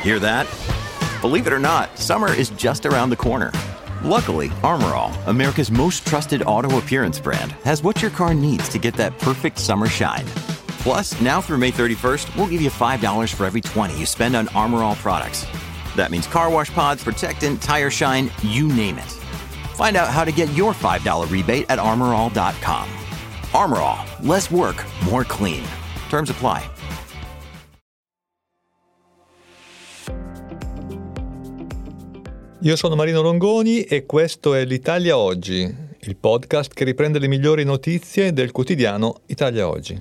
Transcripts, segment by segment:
Hear that? Believe it or not, summer is just around the corner. Luckily, Armor All, America's most trusted auto appearance brand, has what your car needs to get that perfect summer shine. Plus, now through May 31st, we'll give you $5 for every $20 you spend on Armor All products. That means car wash pods, protectant, tire shine, you name it. Find out how to get your $5 rebate at armorall.com. Armor All, less work, more clean. Terms apply. Io sono Marino Longoni e questo è l'Italia Oggi, il podcast che riprende le migliori notizie del quotidiano Italia Oggi.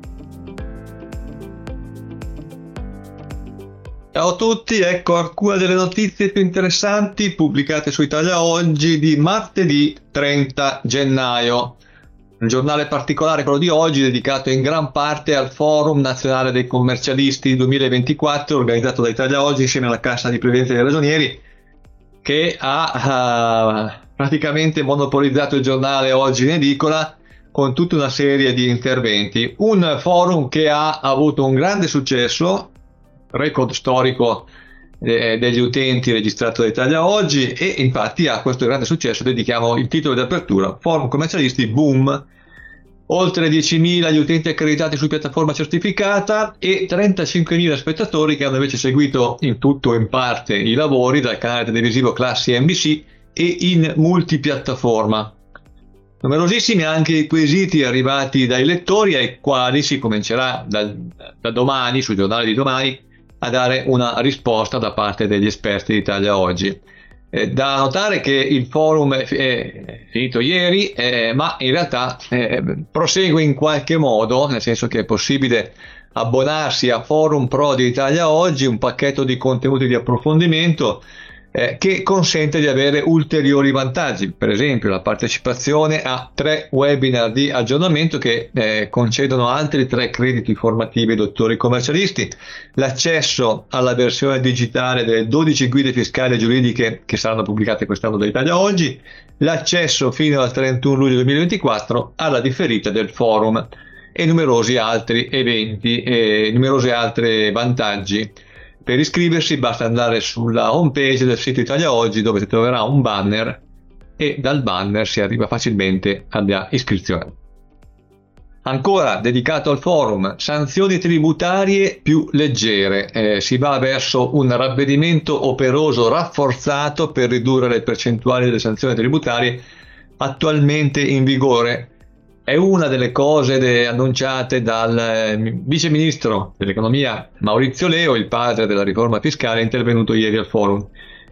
Ciao a tutti, ecco alcune delle notizie più interessanti pubblicate su Italia Oggi di martedì 30 gennaio. Un giornale particolare, quello di oggi, dedicato in gran parte al Forum Nazionale dei Commercialisti 2024, organizzato da Italia Oggi insieme alla Cassa di Previdenza dei Ragionieri, che ha praticamente monopolizzato il giornale oggi in edicola con tutta una serie di interventi. Un forum che ha avuto un grande successo, record storico degli utenti registrato da Italia Oggi, e infatti a questo grande successo dedichiamo il titolo di apertura: Forum Commercialisti Boom. Oltre 10.000 gli utenti accreditati su piattaforma certificata e 35.000 spettatori che hanno invece seguito in tutto o in parte i lavori dal canale televisivo Classi NBC e in multipiattaforma. Numerosissimi anche i quesiti arrivati dai lettori, ai quali si comincerà da domani, sul giornale di domani, a dare una risposta da parte degli esperti di Italia Oggi. Da notare che il forum è finito ieri, ma in realtà prosegue in qualche modo, nel senso che è possibile abbonarsi a Forum Pro di Italia Oggi, un pacchetto di contenuti di approfondimento che consente di avere ulteriori vantaggi, per esempio la partecipazione a 3 webinar di aggiornamento che concedono altri 3 crediti formativi ai dottori commercialisti, l'accesso alla versione digitale delle 12 guide fiscali e giuridiche che saranno pubblicate quest'anno da Italia Oggi, l'accesso fino al 31 luglio 2024 alla differita del forum e numerosi altri eventi e numerosi altri vantaggi. Per iscriversi basta andare sulla homepage del sito Italia Oggi, dove si troverà un banner e dal banner si arriva facilmente alla iscrizione. Ancora dedicato al forum, sanzioni tributarie più leggere. Si va verso un ravvedimento operoso rafforzato per ridurre le percentuali delle sanzioni tributarie attualmente in vigore. È una delle cose annunciate dal vice ministro dell'economia Maurizio Leo, il padre della riforma fiscale, intervenuto ieri al forum.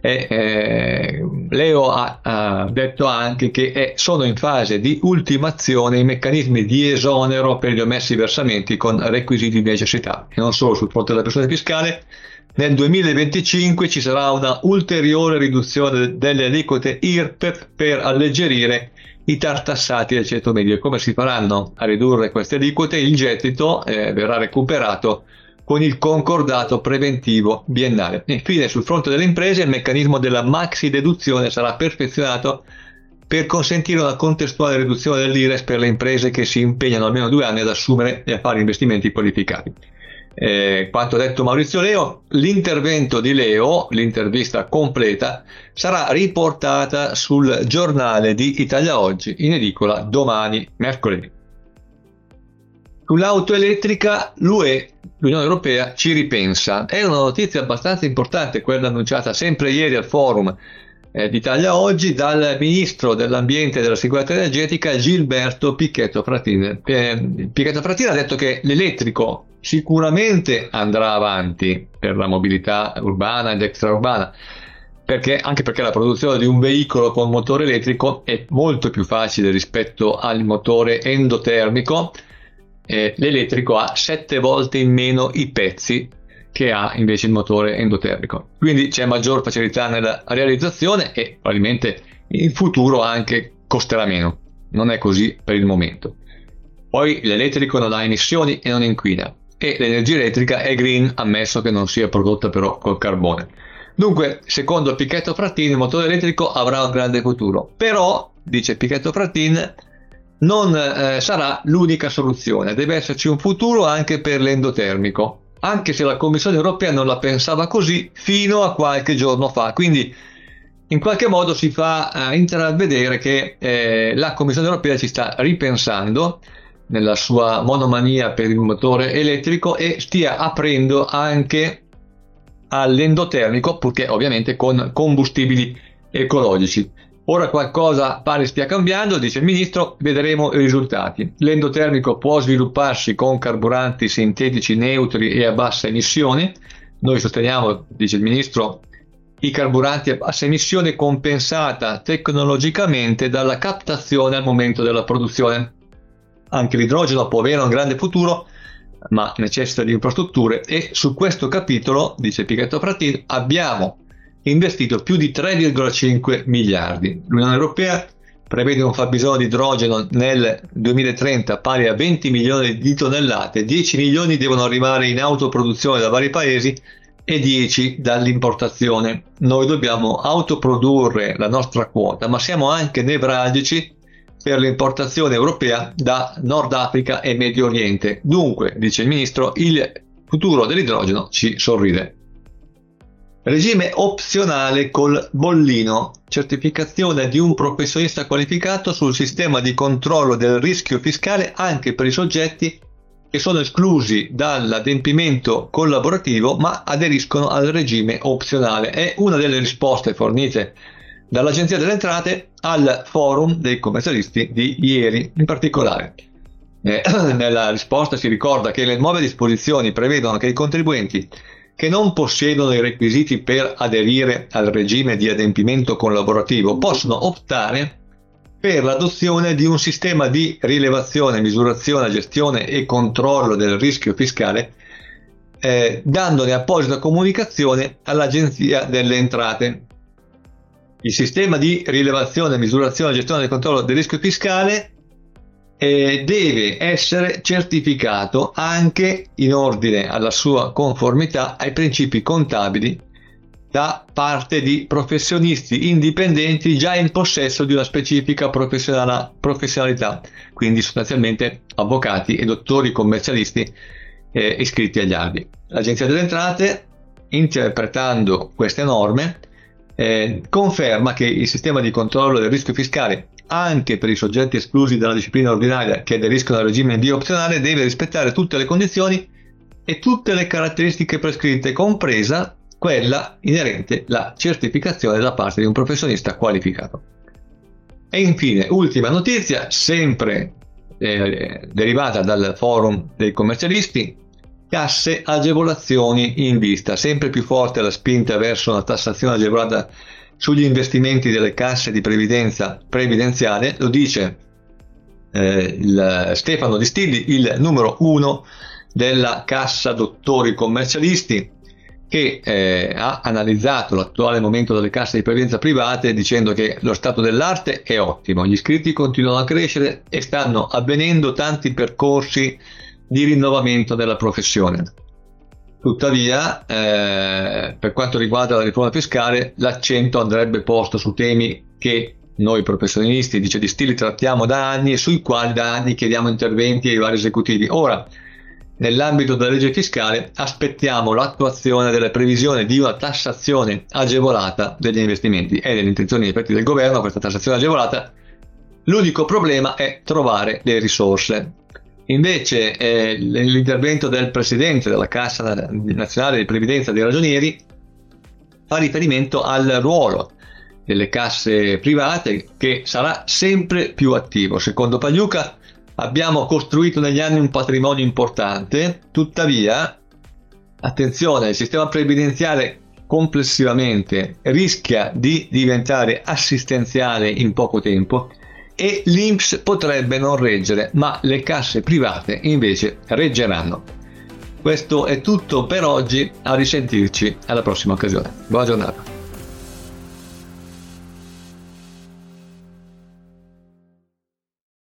Leo ha detto anche che sono in fase di ultimazione i meccanismi di esonero per gli omessi versamenti con requisiti di necessità. E non solo sul fronte della pressione fiscale, nel 2025 ci sarà una ulteriore riduzione delle aliquote IRPEF per alleggerire i tartassati del ceto medio. Come si faranno a ridurre queste aliquote? Il gettito verrà recuperato con il concordato preventivo biennale. Infine, sul fronte delle imprese, il meccanismo della maxi deduzione sarà perfezionato per consentire una contestuale riduzione dell'IRES per le imprese che si impegnano almeno 2 anni ad assumere e a fare investimenti qualificati. Quanto detto Maurizio Leo, l'intervento di Leo, l'intervista completa, sarà riportata sul giornale di Italia Oggi in edicola domani, mercoledì. Sull'auto elettrica l'Unione Europea ci ripensa. È una notizia abbastanza importante quella annunciata sempre ieri al forum di Italia Oggi dal ministro dell'ambiente e della sicurezza energetica Gilberto Pichetto Fratin. Pichetto Fratin ha detto che l'elettrico sicuramente andrà avanti per la mobilità urbana ed extraurbana, anche perché la produzione di un veicolo con motore elettrico è molto più facile rispetto al motore endotermico. L'elettrico ha 7 volte in meno i pezzi che ha invece il motore endotermico, quindi c'è maggior facilità nella realizzazione e probabilmente in futuro anche costerà meno. Non è così per il momento. Poi l'elettrico non ha emissioni e non inquina, e l'energia elettrica è green, ammesso che non sia prodotta però col carbone. Dunque, secondo Pichetto Fratin, il motore elettrico avrà un grande futuro, però, dice Pichetto Fratin, non sarà l'unica soluzione, deve esserci un futuro anche per l'endotermico. anche se la Commissione europea non la pensava così fino a qualche giorno fa. Quindi in qualche modo si fa intravedere che la Commissione europea ci sta ripensando nella sua monomania per il motore elettrico e stia aprendo anche all'endotermico, purché ovviamente con combustibili ecologici. Ora qualcosa pare stia cambiando, dice il ministro, vedremo i risultati. L'endotermico può svilupparsi con carburanti sintetici neutri e a bassa emissione. Noi sosteniamo, dice il ministro, i carburanti a bassa emissione compensata tecnologicamente dalla captazione al momento della produzione. Anche l'idrogeno può avere un grande futuro, ma necessita di infrastrutture, e su questo capitolo, dice Pichetto Fratin, abbiamo investito più di 3,5 miliardi. L'Unione Europea prevede un fabbisogno di idrogeno nel 2030 pari a 20 milioni di tonnellate, 10 milioni devono arrivare in autoproduzione da vari paesi e 10 dall'importazione. Noi dobbiamo autoprodurre la nostra quota, ma siamo anche nevralgici per l'importazione europea da Nord Africa e Medio Oriente. Dunque, dice il ministro, il futuro dell'idrogeno ci sorride. Regime opzionale col bollino, certificazione di un professionista qualificato sul sistema di controllo del rischio fiscale anche per i soggetti che sono esclusi dall'adempimento collaborativo ma aderiscono al regime opzionale. È una delle risposte fornite dall'Agenzia delle Entrate al forum dei commercialisti di ieri. In particolare, nella risposta si ricorda che le nuove disposizioni prevedono che i contribuenti che non possiedono i requisiti per aderire al regime di adempimento collaborativo possono optare per l'adozione di un sistema di rilevazione, misurazione, gestione e controllo del rischio fiscale, dandone apposita comunicazione all'Agenzia delle Entrate. Il sistema di rilevazione, misurazione, gestione e controllo del rischio fiscale deve essere certificato anche in ordine alla sua conformità ai principi contabili da parte di professionisti indipendenti già in possesso di una specifica professionalità, quindi sostanzialmente avvocati e dottori commercialisti iscritti agli albi. L'Agenzia delle Entrate, interpretando queste norme, conferma che il sistema di controllo del rischio fiscale anche per i soggetti esclusi dalla disciplina ordinaria che aderiscono al regime di opzionale deve rispettare tutte le condizioni e tutte le caratteristiche prescritte, compresa quella inerente alla certificazione da parte di un professionista qualificato. E infine, ultima notizia, sempre derivata dal forum dei commercialisti: casse agevolazioni in vista. Sempre più forte la spinta verso una tassazione agevolata sugli investimenti delle casse di previdenza previdenziale, lo dice Stefano Di Stilli, il numero 1 della Cassa Dottori Commercialisti, che ha analizzato l'attuale momento delle casse di previdenza private dicendo che lo stato dell'arte è ottimo, gli iscritti continuano a crescere e stanno avvenendo tanti percorsi di rinnovamento della professione. Tuttavia, per quanto riguarda la riforma fiscale, l'accento andrebbe posto su temi che noi professionisti, dice Di Stilli, trattiamo da anni e sui quali da anni chiediamo interventi ai vari esecutivi. Ora, nell'ambito della legge fiscale, aspettiamo l'attuazione delle previsioni di una tassazione agevolata degli investimenti. È nell'intenzione in effetti del governo questa tassazione agevolata. L'unico problema è trovare le risorse. Invece l'intervento del presidente della Cassa Nazionale di Previdenza dei Ragionieri fa riferimento al ruolo delle casse private, che sarà sempre più attivo. Secondo Pagliuca abbiamo costruito negli anni un patrimonio importante, tuttavia, attenzione, il sistema previdenziale complessivamente rischia di diventare assistenziale in poco tempo e l'INPS potrebbe non reggere, ma le casse private invece reggeranno. Questo è tutto per oggi, a risentirci alla prossima occasione. Buona giornata.